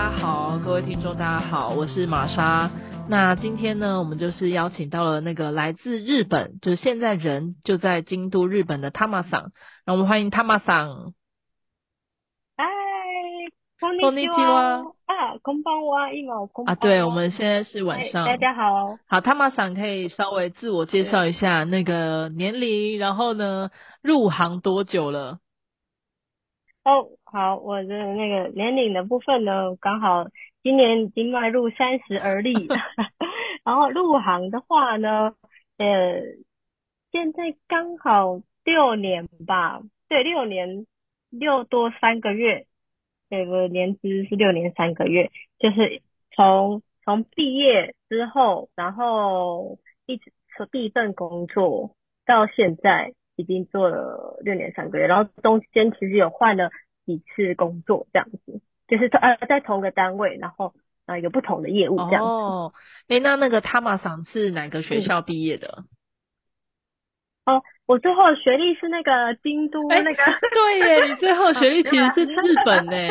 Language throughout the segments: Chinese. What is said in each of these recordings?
家好，各位听众大家好，我是玛莎。那今天呢，我们就是邀请到了那个来自日本，就是现在人就在京都日本的汤马桑，让我们欢迎汤马桑。 嗨，こんこんににちちは。 は。啊，こんばんは。今こん啊，对，我ばんは。 们现在是晚嗨，大上。 家好。 好，汤马桑可以稍微自我介绍对， 一下那个年龄，然后呢，入行多久了？ 哦，好，我的那个年龄的部分呢，刚好今年已经迈入30而立。然后入行的话呢，呃，现在刚好6年吧，对，6年6多3个月。对，我的年资是6年3个月，就是从毕业之后，然后一直从第一份工作到现在，已经做了6年3个月，然后中间其实有换了几次工作，这样子，就是在同个单位，然后有不同的业务这样子。 哦，诶，那个汤马桑是哪个学嗯， 校毕业的？ 哦，我最后的学历是那个京都诶， 那个。 对耶，你最后学历没有啦。 其实是日本呢。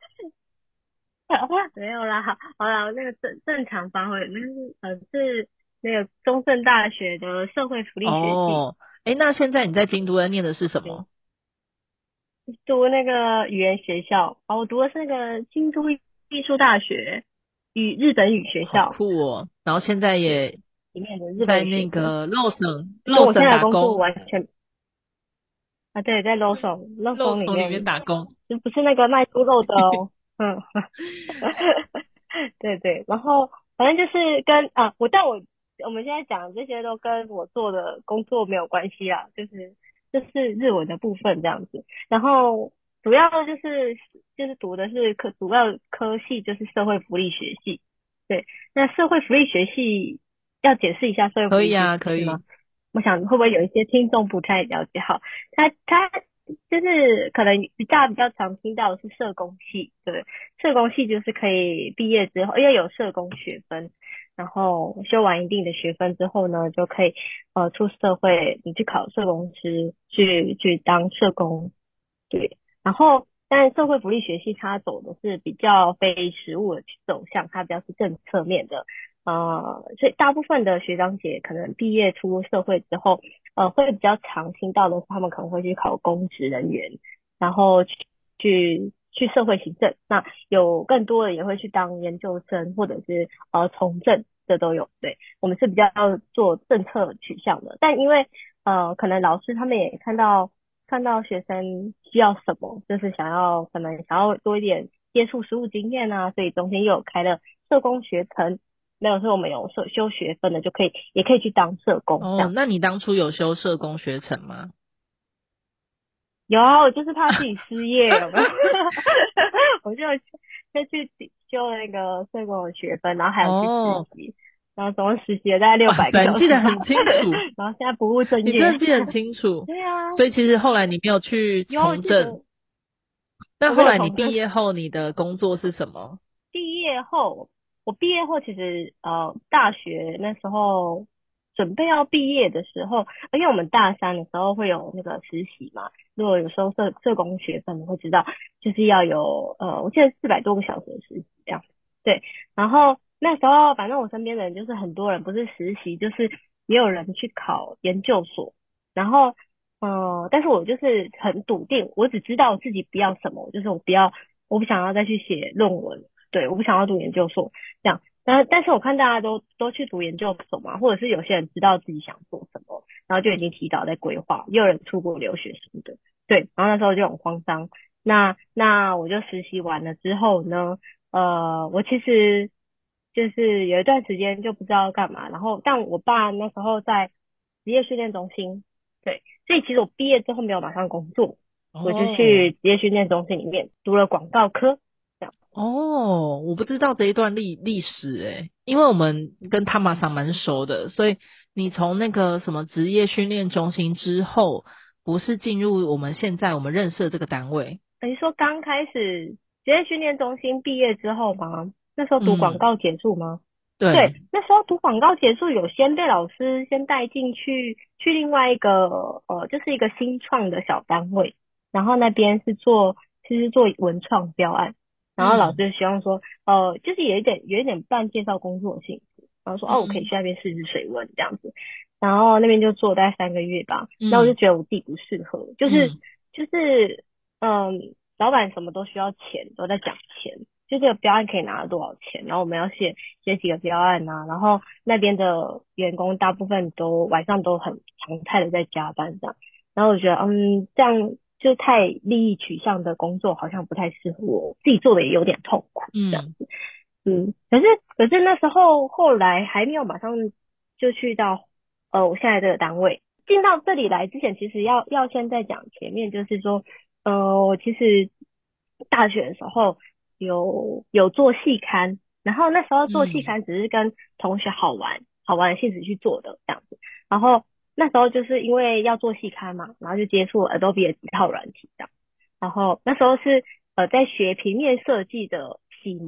没有啦，好啦，那个正常发挥，是那个中正大学的社会福利学系。 哦，诶，那现在你在京都在念的是什对， 么？ 读那个语言学校。哦，我读的是那个京都艺术大学日本语学好校。 酷哦！然后现在对， 也里面的日本在语学科。 那个洛省跟我现在的工作打工， 完全啊，对，在 Lawson 里洛城里面面， 打工。 就不是那个卖猪肉的哦。嗯。对对，然后反正就是我们现在讲的这些都跟我做的工作没有关系啊，就是日文的部分这样子。然后主要就是读的是主要科系就是社会福利学系。对，那社会福利学系要解释一下社会福利学可以啊，可系吗？ 以。 我想会不会有一些听众不太了解？好，他就是可能比较常听到的是社工系。对，社工系就是可以毕业之后，因为有社工学分，然后修完一定的学分之后呢，就可以出社会，你去考社工师，去当社工。对，然后但社会福利学系它走的是比较非实务的走向，它比较是政策面的。所以大部分的学长姐可能毕业出社会之后，会比较常听到的是他们可能会去考公职人员，然后去社会行政。那有更多的也会去当研究生或者是从政，这都有。对，我们是比较做政策取向的，但因为可能老师他们也看到学生需要什么，就是可能想要多一点接触实务经验啊，所以中间又有开了社工学程。没有说我们有修学分的就可以，也可以去当社工这哦， 样。 那你当初有修社工学程吗？ 有啊，我就是怕自己失业，有没有？我就去修那个社工的学分，然后还有去实哦， 习，然后总共实习了大概六哇塞，你百个小时吧。 记得很清楚， 然后现在不务正你真的业。 记得很清楚。 对啊， 所以其实后来你没有去有我从政， 记得我没那后来你有从政。 毕业后你的工作是什么？ 毕业后，我毕业后其实大学那时候准备要毕业的时候，因为我们大三的时候会有那个实习嘛，如果有时候社工学分，你会知道就是要有我记得400多个小时的实习这样。对，然后那时候反正我身边的人就是很多人不是实习，就是也有人去考研究所。然后但是我就是很笃定，我只知道自己不要什么，就是我不想要再去写论文。对，我不想要读研究所这样。但是我看大家都去读研究所嘛，或者是有些人知道自己想做什么，然后就已经提早在规划，也有人出国留学什么的。对，然后那时候就很慌张。那我就实习完了之后呢，我其实就是有一段时间就不知道干嘛，然后但我爸那时候在职业训练中心。对，所以其实我毕业之后没有马上工作，我就哦。 去职业训练中心里面读了广告科。这样。 哦，我不知道这一段历史诶，因为我们跟汤马桑蛮熟的，所以你从那个什么职业训练中心之后，不是进入我们认识的这个单位。 你说刚开始职业训练中心毕业之后吗？那时候读广嗯， 告结束吗？对， 对。 那时候读广告结束，有先被老师先带进去另外一个就是一个新创的小单位，然后那边是做其实做文创标案。 然后老师嗯就希望说，就是有一点半介绍工作性质，然后说我可以嗯去那边试试水温这样子，然后那边就做大概3个月吧，然后我就嗯觉得我自己不适合， 嗯就是老板什么都需要钱，都在讲钱。就这个标案可以拿了多少钱，然后我们要写几个标案啊，然后那边的员工大部分都晚上都很常态的在加班这样，然后我觉得这样就太利益取向的工作好像不太适合我，自己做的也有点痛苦这样嗯子，可是那时候后来还没有马上就去到我现在这个单位，进到这里来之前，其实要先再讲前面，就是说我其实大学的时候有做系刊，然后那时候做系嗯刊只是跟同学好玩的性质去做的这样子，然后那时候就是因为要做系刊嘛，然后就接触了 Adobe 的几套软体这样，然后那时候是在学平面设计的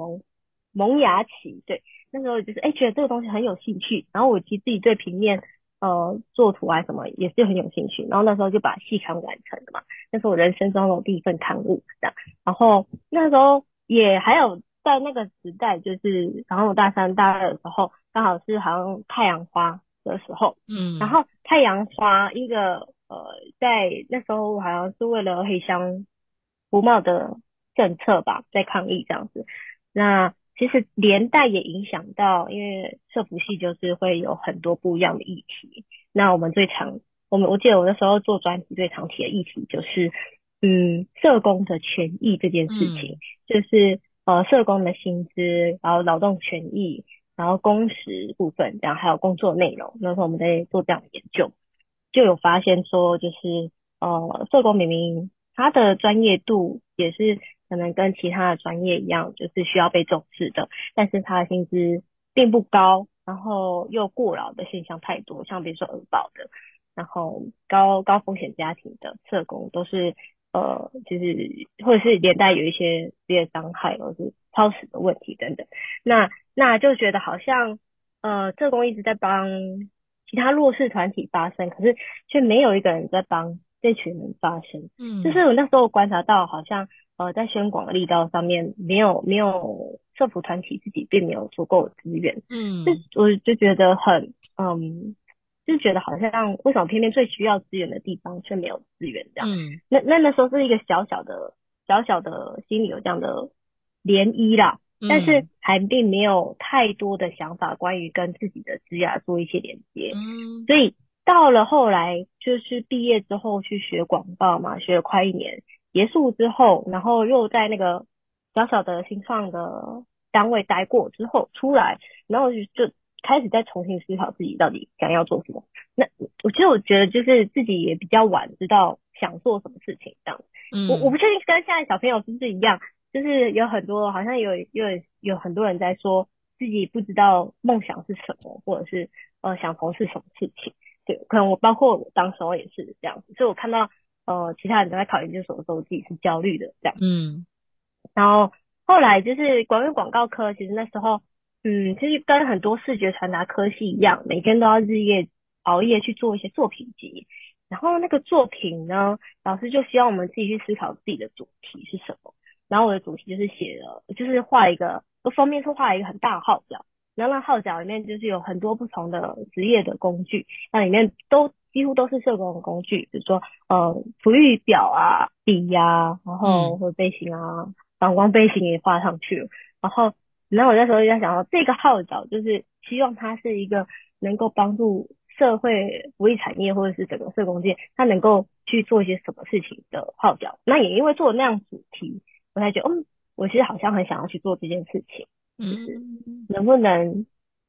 萌芽期，对，那时候就是觉得这个东西很有兴趣，然后我其实自己对平面做图啊什么也是很有兴趣，然后那时候就把系刊完成了嘛，那是我人生中的第一份刊物这样，然后那时候也还有在那个时代，就是然后我大三大二的时候，刚好是好像太阳花的时候，然嗯后太阳花一个在那时候好像是为了黑箱服贸的政策吧，在抗议这样子。那其实连带也影响到，因为社服系就是会有很多不一样的议题。那我记得我那时候做专题最常提的议题就是，社工的权益这件事情， 嗯就是社工的薪资，然后劳动权益，然后工时部分，然后还有工作内容。那时候我们在做这样的研究，就有发现说，就是社工明明他的专业度也是可能跟其他的专业一样，就是需要被重视的，但是他的薪资并不高，然后又过劳的现象太多，像比如说儿保的，然后高风险家庭的社工都是就是或者是连带有一些职业伤害或是超时的问题等等，那就觉得好像社工一直在帮其他弱势团体发声，可是却没有一个人在帮这群人发声。就是嗯我那时候观察到，好像在宣广的力道上面，没有社福团体自己并没有足够的资源， 嗯我就觉得就是觉得好像为什么偏偏最需要资源的地方却没有资源这样。 嗯那时候是一个小小的心里有这样的涟漪啦，但是嗯还并没有太多的想法关于跟自己的职涯做一些连接， 嗯所以到了后来就是毕业之后去学广告嘛，学了快1年，结束之后，然后又在那个小小的新创的单位待过之后出来，然后就开始再重新思考自己到底想要做什么。那我觉得就是自己也比较晚知道想做什么事情这样。我嗯不确定跟现在小朋友是不是一样，就是有很多好像有很多人在说自己不知道梦想是什么，或者是想从事什么事情。对，可能包括我当时候也是这样子，所以我看到其他人都在考研究所的时候，我自己是焦虑的这样。 嗯然后后来就是广告科，其实那时候其实跟很多视觉传达科系一样，每天都要日夜熬夜去做一些作品集。然后那个作品呢，老师就希望我们自己去思考自己的主题是什么。然后我的主题就是就是画一个，封面是画一个很大的号角，然后那号角里面就是有很多不同的职业的工具，那里面几乎都是社工的工具，比如说图玉表啊、笔呀、然后嗯或者背心啊，反光背心也画上去了。然后我那时候就在想到，这个号角就是希望它是一个能够帮助社会福利产业或者是整个社工界，它能够去做一些什么事情的号角。那也因为做了那样主题，我才觉得，我其实好像很想要去做这件事情，就是嗯能不能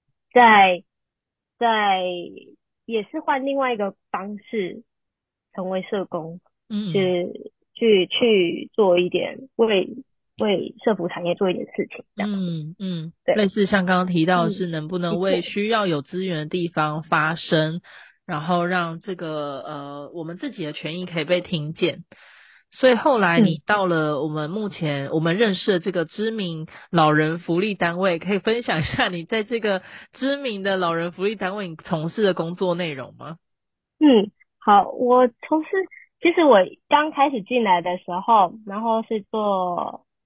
在也是换另外一个方式成为社工， 嗯去做一点为社服产业做一点事情，这样子。对， 类似像刚刚提到的是， 嗯， 能不能为没错， 需要有资源的地方发声，然后让这个我们自己的权益可以被听见。所以后来嗯。 你到了我们目前我们认识的这个知名老人福利单位，可以分享一下你在这个知名的老人福利单位你从事的工作内容吗？ 好，其实我刚开始进来的时候，然后是做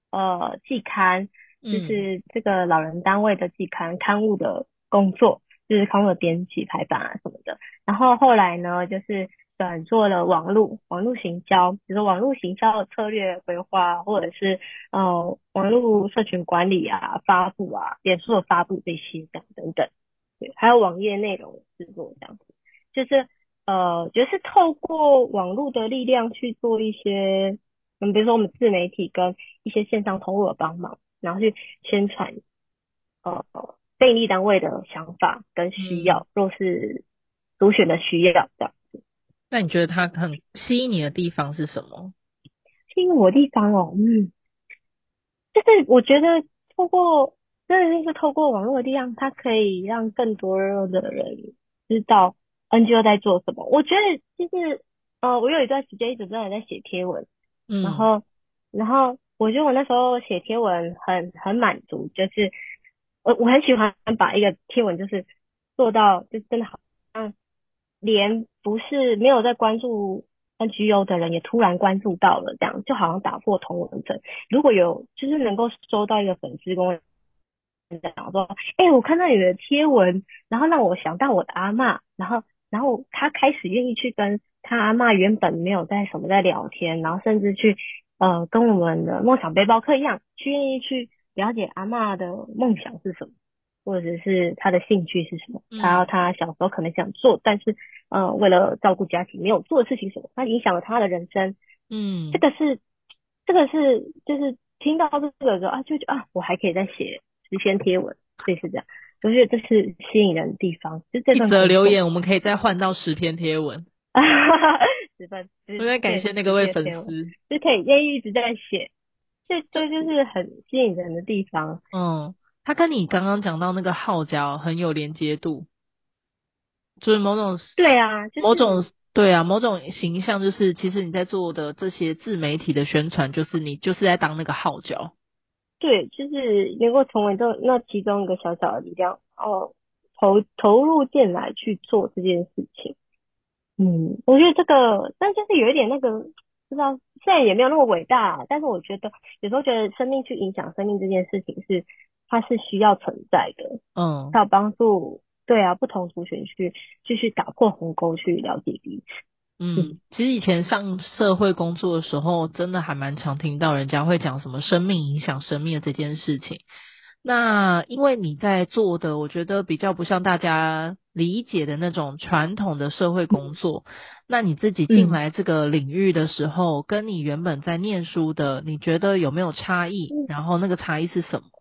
季刊，就嗯， 是这个老人单位的季刊刊物的工作，就是刊物的编辑排版啊什么的。然后后来呢，就是转做了网络行销，比如说网络行销的策略规划，或者是网络社群管理啊、发布啊、脸书的发布这些这样等等。对，还有网页内容的制作这样子，就是就是透过网络的力量去做一些，比如说我们自媒体跟一些线上通路的帮忙，然后去宣传非营利单位的想法跟需嗯， 要，若是主选的需要这样。 那你觉得它很吸引你的地方是什么？ 吸引我的地方哦，就是我觉得透过真的就是透过网络的力量，它可以让更多的人知道 NGO 在做什么。我觉得就是我有一段时间一直真的在写贴文，然嗯后我觉得我那时候写贴文很满足，就是我很喜欢把一个贴文就是做到就真的好像连不是没有在关注 NGO 的人也突然关注到了，这样就好像打破同文层。如果有就是能够收到一个粉丝跟我讲说，哎、我看到你的贴文，然后让我想到我的阿嬷，然后他开始愿意去跟他阿嬷原本没有在聊天，然后甚至去跟我们的梦想背包客一样，去愿意去了解阿嬷的梦想是什么，或者是他的兴趣是什么， 嗯他小时候可能想做，但是为了照顾家庭没有做的事情什么，他影响了他的人生。这嗯， 个是就是听到这个的时候啊，就觉得啊，我还可以再写10篇贴文，类似这样，我觉得这是吸引人的地方，就这一份工作， 则留言我们可以再换到10篇贴文。 啊，10份我在感谢那个十位篇贴文， 粉丝。 就可以愿意一直在写， 就这就是很吸引人的地方。 嗯，他跟你刚刚讲到那个号角很有连接度，就是对啊，就某种是对啊，某种形象，就是其实你在做的这些自媒体的宣传，就是你就是在当那个号角。 对，就是能够成为那其中一个小小的力量，投入进来去做这件事情。我觉得这个，但就是有一点那个，不知道，虽然也没有那么伟大，但是我觉得有时候觉得生命去影响生命这件事情它是需要存在的， 嗯。 它有帮助，对啊，不同族群去继续打破鸿沟，去了解彼此。 嗯，其实以前上社会工作的时候，真的还蛮常听到人家会讲什么生命影响生命的这件事情。那因为你在做的，我觉得比较不像大家理解的那种传统的社会工作。那你自己进嗯来这个领域的时候，跟你原本在念书的，你觉得有没有差异？ 嗯然后那个差异是什么？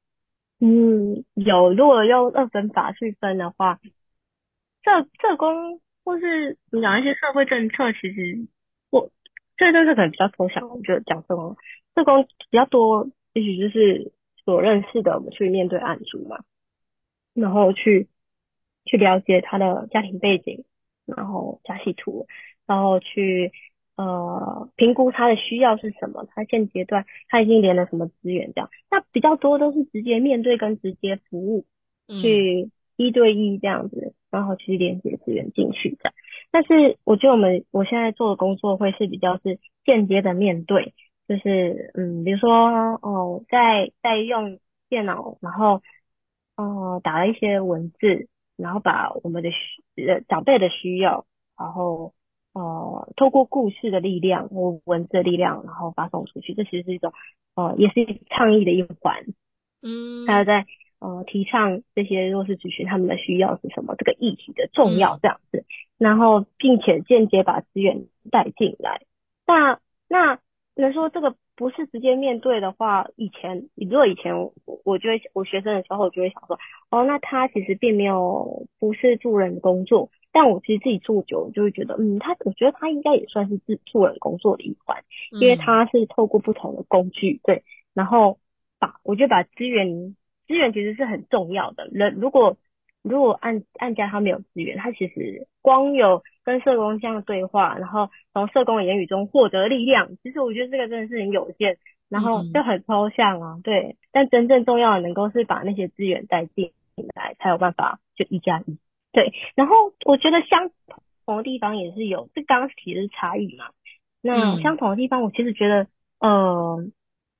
有，如果用2分法去分的话，社工或是你讲一些社会政策，其实我这政策可能比较抽象，我觉得讲社工比较多，也许就是所认识的，我们去面对案主嘛，然后去了解他的家庭背景，然后家系图，然后去评估他的需要是什么，他现阶段他已经连了什么资源这样，那比较多都是直接面对跟直接服务， 嗯去1对1这样子，然后去连接资源进去的。但是我觉得我现在做的工作会是比较是间接的面对，就是比如说在用电脑，然后打了一些文字，然后把我们的长辈的需要，然后透过故事的力量或文字的力量，然后发送出去，这其实是一种也是倡议的一环。他嗯在提倡这些弱势族群他们的需要是什么，这个议题的重要嗯这样子，然后并且间接把资源带进来。那能说这个不是直接面对的话，如果以前我就会我学生的时候，我就会想说，那他其实并没有不是助人工作，但我其实自己做久，我就会觉得，我觉得他应该也算是助人工作的一环，因为嗯他是透过不同的工具，对，然后我觉得把资源其实是很重要的。如果按家他没有资源，他其实光有跟社工这样的对话，然后从社工的言语中获得力量，其实我觉得这个真的是很有限，然后就嗯很抽象啊，对。但真正重要的能够是把那些资源带进来，才有办法就1+1。对，然后我觉得相同的地方也是有，这刚刚提的是差异嘛。那嗯相同的地方，我其实觉得，呃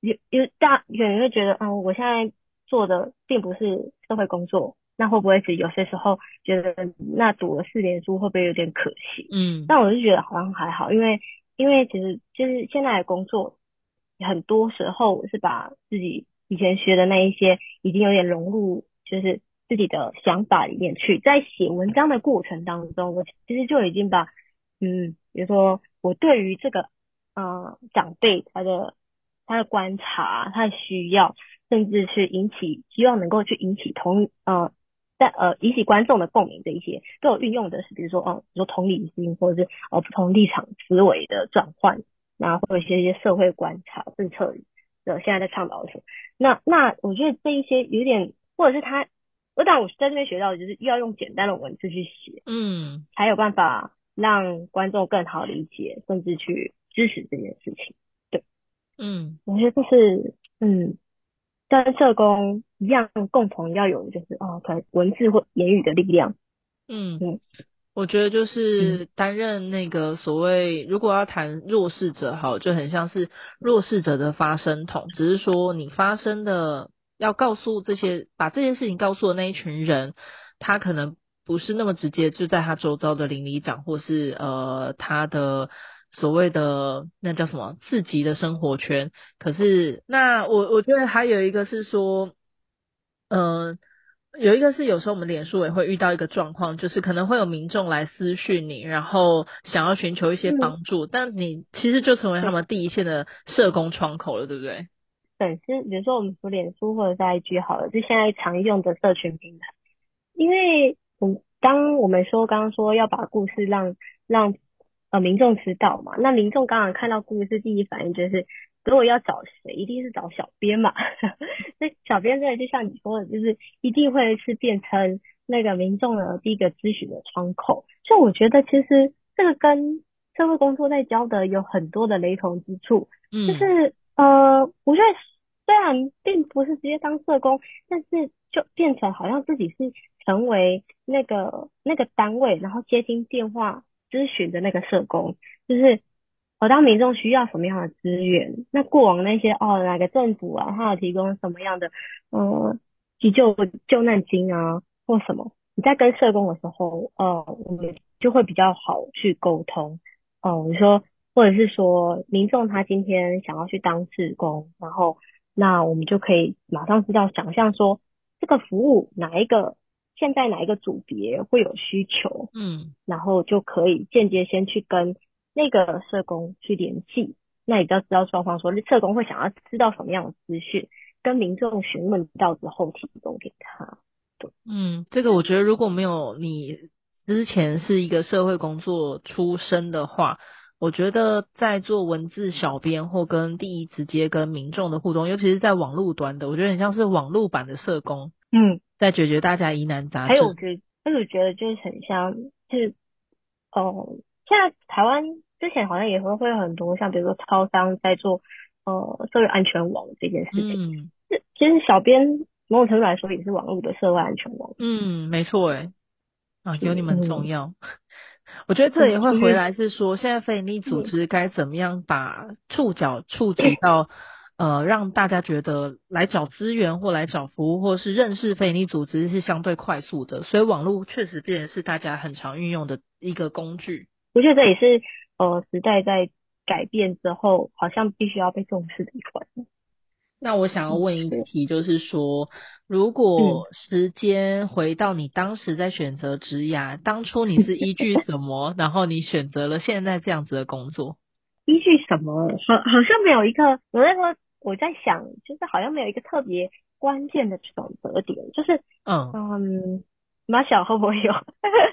有人会觉得，我现在做的并不是社会工作，那会不会是有些时候觉得那读了4年书会不会有点可惜？ 嗯但我就觉得好像还好，因为其实就是现在的工作，很多时候我是把自己以前学的那一些已经有点融入，就是自己的想法里面去，在写文章的过程当中，我其实就已经把比如说我对于这个长辈他的观察，他的需要，甚至是希望能够去引起引起观众的共鸣的一些，都有运用的是，比如说同理心，或者是不同立场思维的转换，然后或者一些社会观察政策的现在在倡导的什么。那我觉得这一些有点，或者是当然我在这边学到的就是要用简单的文字去写， 嗯才有办法让观众更好理解，甚至去支持这件事情。对， 嗯我觉得这是跟社工一样共同要有的就是可能文字或言语的力量。 嗯。 嗯我觉得就嗯是担任那个所谓，如果要谈弱势者，好，就很像是弱势者的发声筒，只是说你发声的要告诉把这件事情告诉的那一群人，他可能不是那么直接就在他周遭的邻里长或是他的所谓的那叫什么次级的生活圈，可是那我觉得还有一个是说。呃，有一个是有时候我们脸书也会遇到一个状况，就是可能会有民众来私讯你，然后想要寻求一些嗯， 帮助，但你其实就成为他对， 们第一线的社工窗口了，对不对？ 粉丝，比如说我们说脸书或者是 IG 好了，就现在常用的社群平台。因为当我们刚刚说要把故事让民众知道嘛，那民众刚刚看到故事，第一反应就是如果要找谁，一定是找小编嘛。那小编真的就像你说的，就是一定会是变成那个民众的第一个咨询的窗口。所以我觉得其实这个跟社会工作在教的有很多的雷同之处，就嗯是我觉得虽然并不是直接当社工，但是就变成好像自己是成为那个单位，然后接听电话咨询的那个社工，就是当民众需要什么样的资源，那过往那些哪个政府啊，他有提供什么样的急救难金啊或什么，你在跟社工的时候，我们就会比较好去沟通。你说或者是说民众他今天想要去当志工，然后那我们就可以马上知道想象说这个服务现在哪一个组别会有需求， 嗯。 然后就可以间接先去跟那个社工去联系，那你就要知道状况，说社工会想要知道什么样的资讯，跟民众询问到之后提供给他。对， 嗯，这个我觉得如果没有你之前是一个社会工作出身的话，我觉得在做文字小编或跟第一直接跟民众的互动，尤其是在网络端的，我觉得很像是网络版的社工， 嗯， 在解决大家疑难杂症。 还有我觉得就是很像，就是现在台湾之前好像也会有很多像比如说超商在做社会安全网这件事情， 嗯其实小编某种程度来说也是网络的社会安全网。 嗯，没错诶。啊， 是， 有你们重要。我觉得这对， 也会回就是来是说，现在非营利组嗯。 织该怎么样把触角触及到，让大家觉得来找资源或来找服务，或是认识非营利组织是相对快速的，所以网络确实变成是大家很常运用的一个工具。 我觉得这也是时代在改变之后，好像必须要被重视的一环。 那我想要问一是， 题，就是说，如果嗯， 时间回到你当时在选择职涯，当初你是依据什么，然后你选择了现在这样子的工作？ 依据什么？好像没有一个，我那时候我在想，就是好像没有一个特别关键的转折点，就是嗯， 马小会不会有？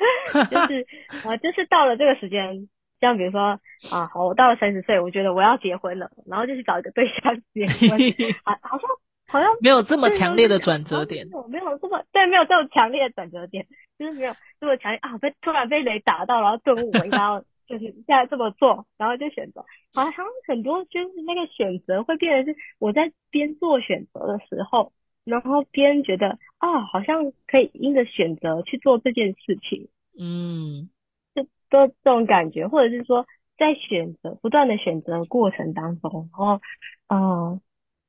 就是到了这个时间，像比如说好，我到了30岁，我觉得我要结婚了，然后就去找一个对象结婚，好像没有这么这就是强烈的转好像折点。 没有这么对，没有这么强烈的转折点，就是没有这么强烈突然被雷打到，然后顿悟我应该要就是现在这么做，然后就选择。好像很多就是那个选择会变成是我在边做选择的时候，然后边觉得好像可以因着选择去做这件事情， 嗯都这种感觉，或者是说在不断的选择过程当中，然后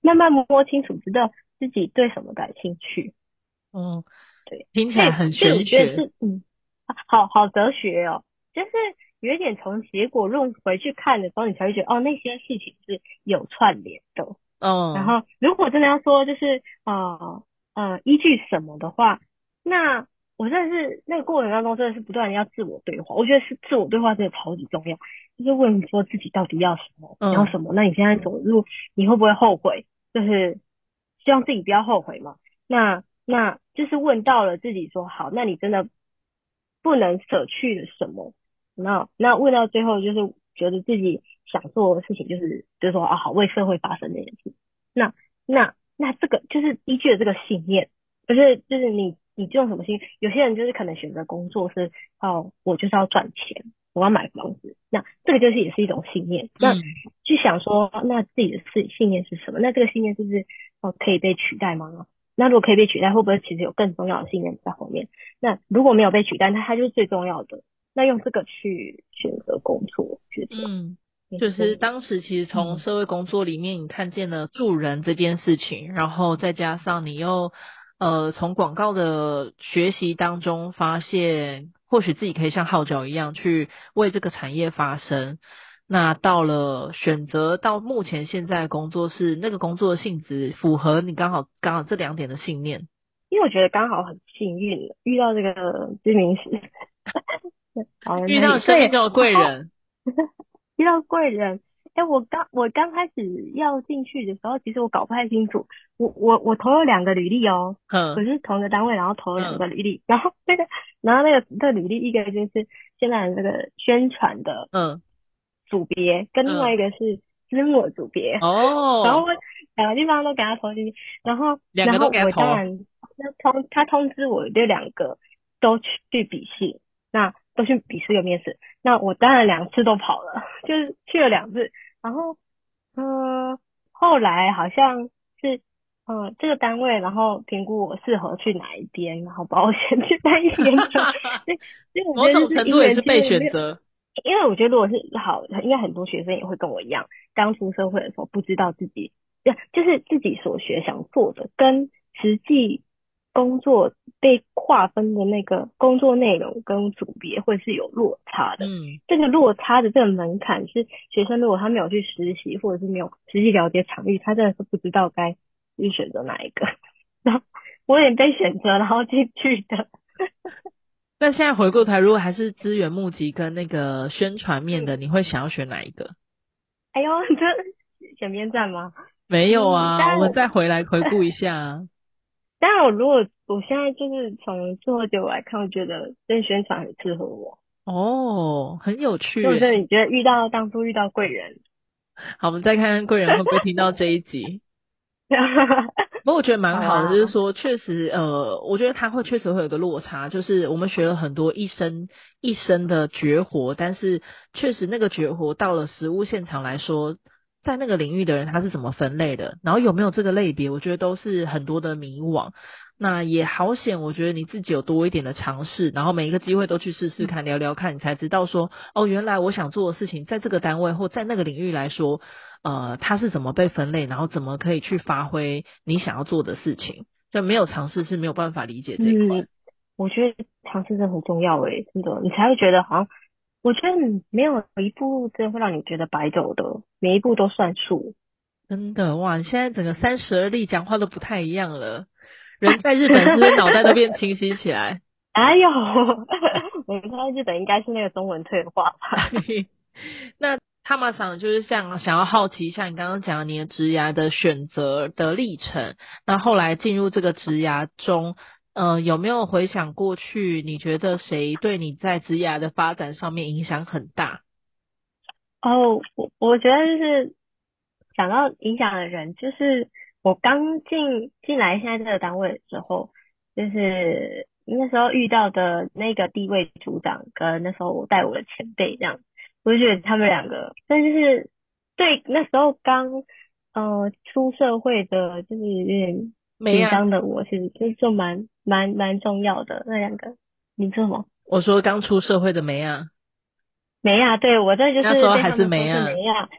慢慢摸清楚，知道自己对什么感兴趣。 嗯， 对， 听起所以来很所以我玄学。 觉得是好好哲学哦，就是有一点从结果论回去看的时候，你才会觉得哦，那些事情是有串联的。然嗯后如果真的要说就是依据什么的话，那我真的是那个过程当中真的是不断的要自我对话，我觉得是自我对话真的超级重要，就是问说自己到底要什么，你要嗯什么，那你现在走的路你会不会后悔？就是希望自己不要后悔嘛。那就是问到了自己说好，那你真的不能舍去的什么？那问到最后就是觉得自己想做的事情就是说啊好为社会发声这件事。那那这个就是依据了这个信念，就是你用什么信？有些人就是可能选择工作是哦我就是要赚钱，我要买房子，那这个就是也是一种信念。那嗯去想说那自己的信念是什么？那这个信念是不是可以被取代吗？那如果可以被取代，会不会其实有更重要的信念在后面？那如果没有被取代，那它就是最重要的。那用这个去选择工作，觉得嗯，就是没错。 当时其实从嗯， 社会工作里面，你看见了助人这件事情，然后再加上你又从广告的学习当中发现，或许自己可以像号角一样去为这个产业发声。那到了选择到目前现在的工作是那个工作的性质符合你刚好这两点的信念。 因为我觉得刚好很幸运遇到这个知名时，好人遇到那里对， 生命中的然后贵人。 遇到贵人。哎，我刚开始要进去的时候，其实我搞不太清楚。我投了两个履历哦，我嗯是同一个单位，然后投了两嗯个履历，然后那个履历一个就是现在的这个宣传的嗯组别，跟另外一嗯， 个是字幕的组别，然后哦， 我两个地方都给他投进去，然后两个都然后给他投。 我当然他通知我这两个都去笔试，那都去笔试个面试，那我当然两次都跑了，就是去了两次，然后后来好像是这个单位，然后评估我适合去哪一边，然后把我选去那一边的，所以我觉某种得就是因缘程度也是被际会没有。 选择。 因为我觉得如果是好，应该很多学生也会跟我一样，刚出社会的时候不知道自己，就是自己所学想做的跟实际工作被划分的那个工作内容跟组别会是有落差的。 嗯， 这个落差的这个门槛是学生如果他没有去实习或者是没有实际了解场域，他真的是不知道该去选择哪一个。然后我也被选择然后进去的。 但现在回过头，如果还是资源募集跟那个宣传面的，你会想要选哪一个？ 哎呦，这选边站吗？ 没有啊，我但们再回来回顾一下啊。 当然，我现在就是从最后结果来看，我觉得这宣传很适合我。 哦，很有趣诶。 所以我真的觉得当初遇到贵人。 好，我们再看看贵人会不会听到这一集。不过我觉得蛮好的，就是好啊， 说，确实，我觉得他确实会有个落差，就是我们学了很多一生的绝活，但是确实那个绝活到了实物现场来说，在那个领域的人他是怎么分类的，然后有没有这个类别，我觉得都是很多的迷惘。那也好险，我觉得你自己有多一点的尝试，然后每一个机会都去试试看，聊聊看，你才知道说，哦，原来我想做的事情，在这个单位或在那个领域来说，它是怎么被分类，然后怎么可以去发挥你想要做的事情。这没有尝试是没有办法理解这一块。 嗯，我觉得尝试真的很重要诶，真的，你才会觉得好像，我觉得没有一步真的会让你觉得白走的，每一步都算数。 真的哇，你现在整个32例讲话都不太一样了。人在日本是不是脑袋都变清晰起来？ 哎呦，我们在日本应该是那个中文退化吧？ 那他玛桑就是想要好奇，像你刚刚讲你的职涯的选择的历程，那后来进入这个职涯中，有没有回想过去？你觉得谁对你在职涯的发展上面影响很大？ 哦，我觉得就是讲到影响的人，就是我刚进来现在这个单位的时候，就是那时候遇到的那个地位组长跟那时候我带我的前辈这样，我就觉得他们两个，但就是对那时候刚出社会的，就是有点紧没啊， 张的我是就蛮重要的那两个。你说什么？ 我说刚出社会的没啊， 没啊，对，我这就那时候还是是被他们说没啊。 是没啊。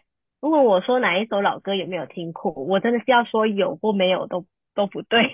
问我说哪一首老歌有没有听过，我真的是要说有或没有都不对，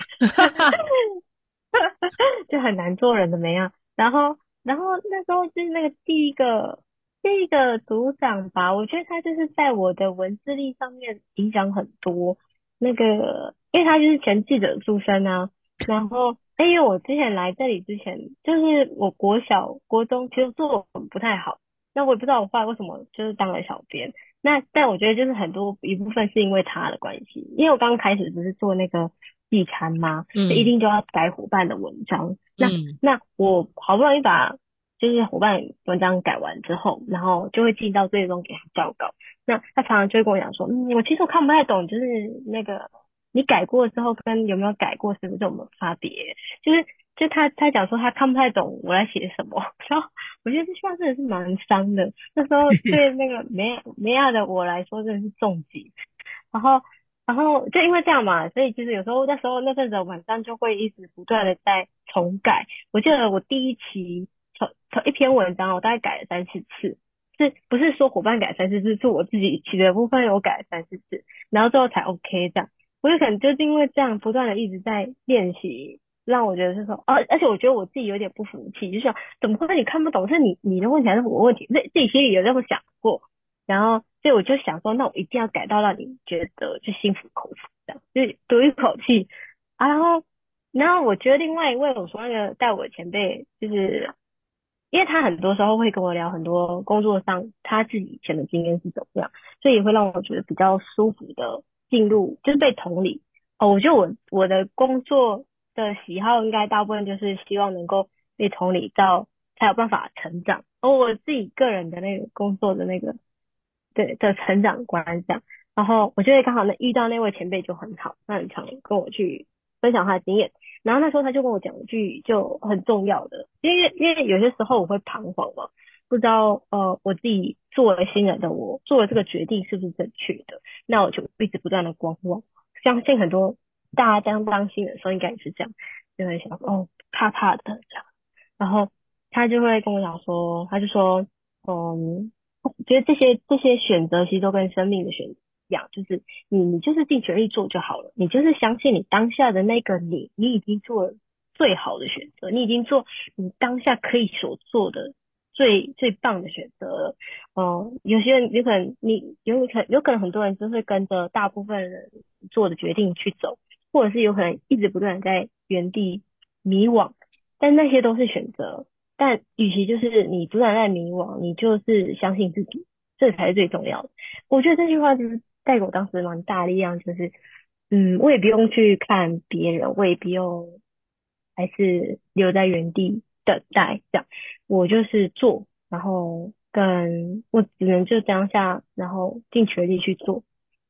就很难做人的没样。然后那时候就是那个第一个组长吧，我觉得他就是在我的文字力上面影响很多。那个，因为他就是前记者出身啊，然后，因为我之前来这里之前，就是我国小、国中其实作文不太好，那我也不知道我后来为什么就是当了小编。那但我觉得就是很多一部分是因为他的关系，因为我刚开始不是做那个季刊嘛，就一嗯定就要改伙伴的文章。那嗯那我好不容易把就是伙伴文章改完之后，然后就会进到最终给他校稿。那他常常就会跟我讲说，我其实看不太懂，就是那个你改过之后跟有没有改过是不是有没有差别？就是他讲说他看不太懂我在写什么，然后我觉得这句话真的是蛮伤的。那时候对那个梅亚的我来说真的是重击。然后就因为这样嘛，所以其实有时候那阵子的晚上就会一直不断的在重改。我记得我第一期从一篇文章我大概改了3、4次，是不是说伙伴改3、4次，是我自己写的部分我改了3、4次，然后最后才 OK 这样。我有可能就是因为这样不断的一直在练习，让我觉得是说，而且我觉得我自己有点不服气，就是想怎么会你看不懂是你的问题还是我的问题？自己心里有这么想过。然后所以我就想说，那我一定要改到让你觉得就心服口服，这样就是读一口气啊。然后我觉得另外一位我说那个带我的前辈，就是因为他很多时候会跟我聊很多工作上他自己以前的经验是怎么样，所以也会让我觉得比较舒服的进入，就是被同理。我觉得我的工作的喜好应该大部分就是希望能够被同理到，才有办法成长。而我自己个人的那个工作的那个对的成长观这样。然后我觉得刚好遇到那位前辈就很好，他很常跟我去分享他的经验。然后那时候他就跟我讲一句就很重要的，因为有些时候我会彷徨嘛，不知道我自己作为新人的我做了这个决定是不是正确的，那我就一直不断的观望。相信很多大家当新人的时候应该也是这样，就会想怕怕的这样。然后他就会跟我讲说，他就说，我觉得这些选择其实都跟生命的选择一样，就是你就是尽全力做就好了，你就是相信你当下的那个你已经做了最好的选择，你已经做你当下可以所做的最棒的选择了。有些人有可能有可能很多人就会跟着大部分人做的决定去走，或者是有可能一直不断地在原地迷惘，但那些都是选择。但与其就是你不断在迷惘，你就是相信自己，这才是最重要的。我觉得这句话就是带给我当时蛮大力量，就是我也不用去看别人，我也不用还是留在原地等待这样，我就是做，然后我只能就当下，然后尽全力去做，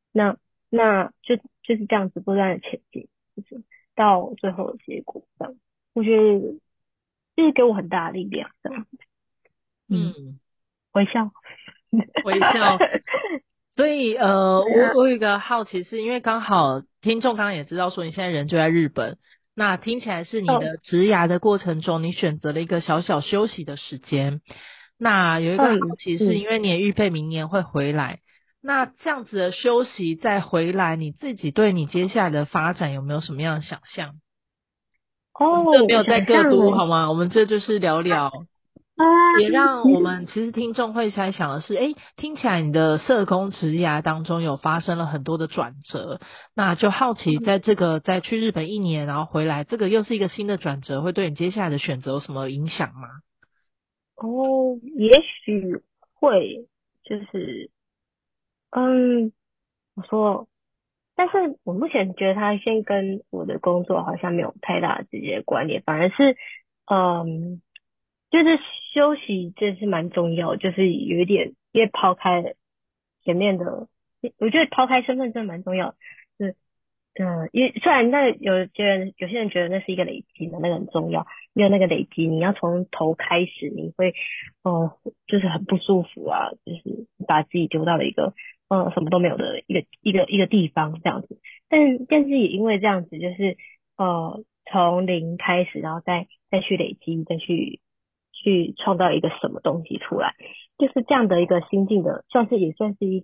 那就是这样子不断的前进，就是到最后的结果这样。我觉得就是给我很大的力量，这样。嗯， 嗯， 微笑。 微笑。所以对啊， 我有一个好奇是，因为刚好听众刚刚也知道说你现在人就在日本，那听起来是你哦， 的职涯的过程中，你选择了一个小小休息的时间。那有一个好嗯奇是， 嗯， 因为你也预备明年会回来，那这样子的休息再回来，你自己对你接下来的发展有没有什么样的想象？我们这没哦， 有在想各都象哦， 好吗？我们这就是聊聊。 啊， 也让我你是们其实听众会猜想的是，诶，听起来你的社工职涯当中有发生了很多的转折，那就好奇在这个再去日本1年，然后回来，这个又是一个新的转折，会对你接下来的选择有什么影响吗？ 也许会，就是嗯，我说，但是我目前觉得它先跟我的工作好像没有太大的直接关联，反而是嗯，就是休息这是蛮重要的，就是有一点，因为抛开了前面的，我觉得抛开身份证蛮重要的。是因为虽然有些人觉得那是一个累积的，那个很重要，没有那个累积，你要从头开始，你会就是很不舒服啊，就是把自己丢到了一个什么都没有的一个地方这样子。但是也因为这样子，就是从零开始，然后再去累积，再去创造一个什么东西出来，就是这样的一个心境的，也算是一个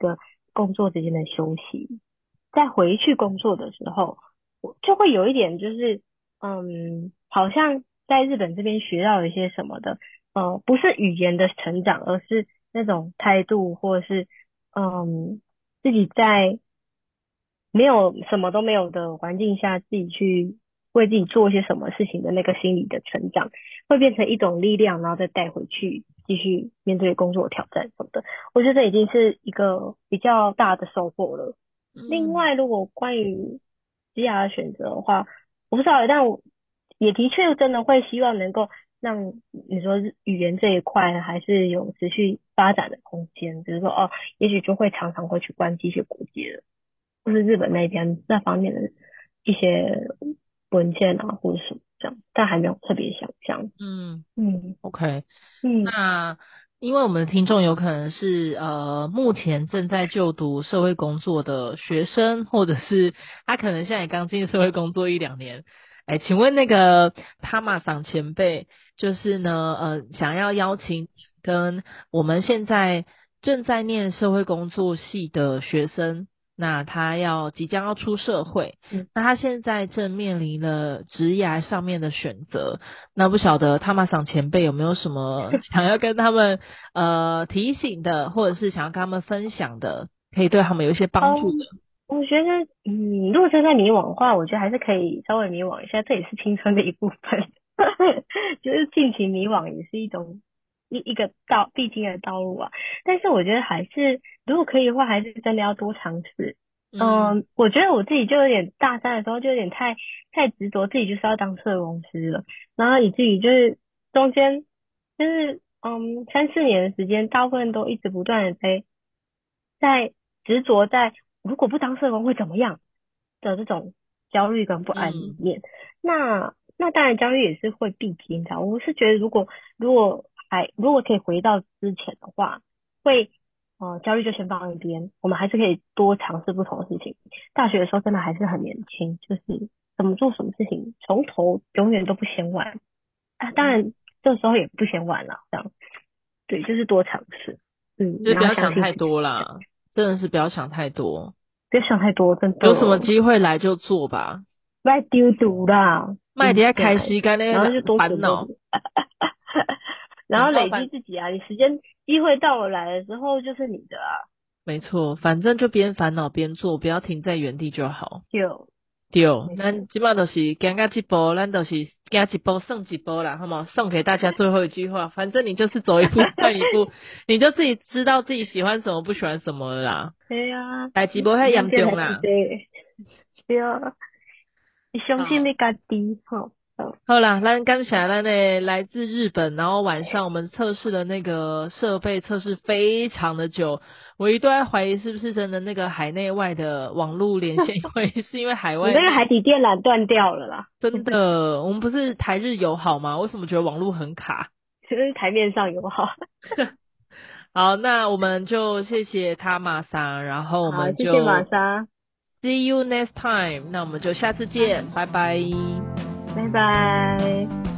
工作之间的休息，再回去工作的时候，我就会有一点就是，好像在日本这边学到一些什么的，不是语言的成长，而是那种态度，或者是嗯，自己在没有什么都没有的环境下，自己去为自己做一些什么事情的那个心理的成长，会变成一种力量，然后再带回去继续面对工作挑战什么的。我觉得已经是一个比较大的收获了。另嗯外，如果关于职业的选择的话，我不知道，但我也的确真的会希望能够让你说语言这一块还是有持续发展的空间，比如说哦，也许就会常常会去关机一些国际的，或是日本那边那方面的一些文件啊，或者什么这样，但还没有特别想象。 嗯。 嗯 OK， 嗯那因为我们的听众有可能是目前正在就读社会工作的学生，或者是他可能现在也刚进入社会工作1-2年。哎，请问那个他玛桑前辈，就是呢想要邀请跟我们现在正在念社会工作系的学生，那他即将要出社会， 嗯。 那他现在正面临了职涯上面的选择。那不晓得他玛桑前辈有没有什么想要跟他们提醒的，或者是想要跟他们分享的，可以对他们有一些帮助的。 我觉得，如果真在迷惘的话，我觉得还是可以稍微迷惘一下，这也是青春的一部分，就是尽情迷惘也是一种一个必经的道路啊。但是我觉得还是，如果可以的话，还是真的要多尝试。 嗯我觉得我自己就有点大三的时候就有点太执着，自己就是要当社工师了，然后以至于就是中间就是3-4年的时间，大部分都一直不断的在执着在如果不当社工会怎么样的这种焦虑跟不安里嗯面。那当然焦虑也是会必经的。我是觉得如果可以回到之前的话，会焦虑就先放一边，我们还是可以多尝试不同的事情。大学的时候真的还是很年轻，就是怎么做什么事情从头永远都不嫌晚啊。当嗯， 然这时候也不嫌晚了，这样对，就是多尝试， 就是不然后要想太相信自己。 多啦，真的是不要想太多， 别想太多，真的， 有什么机会来就做吧， 不要丢毒啦， 卖底下真的。 开时间那个然后就多烦恼， 准备，然后累积等到自己啊，你时间机会到了来的时候就是你的啊， 没错，反正就边烦恼边做，不要停在原地就好。 就对， 没错。 咱即马就是行到这步，咱就是行一步算一步啦，好吗？送给大家最后一句话，反正你就是走一步算一步，你就自己知道自己喜欢什么，不喜欢什么了啦。 对啊， 代志无遐严人生才重啦。 是这，对啊，你相信好， 你家己，吼，好， 好啦，咱感谢咱的来自日本，然后晚上我们测试的那个设备测试非常的久，我一度在怀疑是不是真的那个海内外的网络连线，因为是因为海你外那那个海底电缆断掉了啦， 真的，我们不是台日友好吗？为什么觉得网络很卡？ 其实台面上友好。 好，那我们就谢谢他玛桑，然后我好， 们谢谢玛就莎， see you next time，那我们就下次见，拜拜。 拜拜。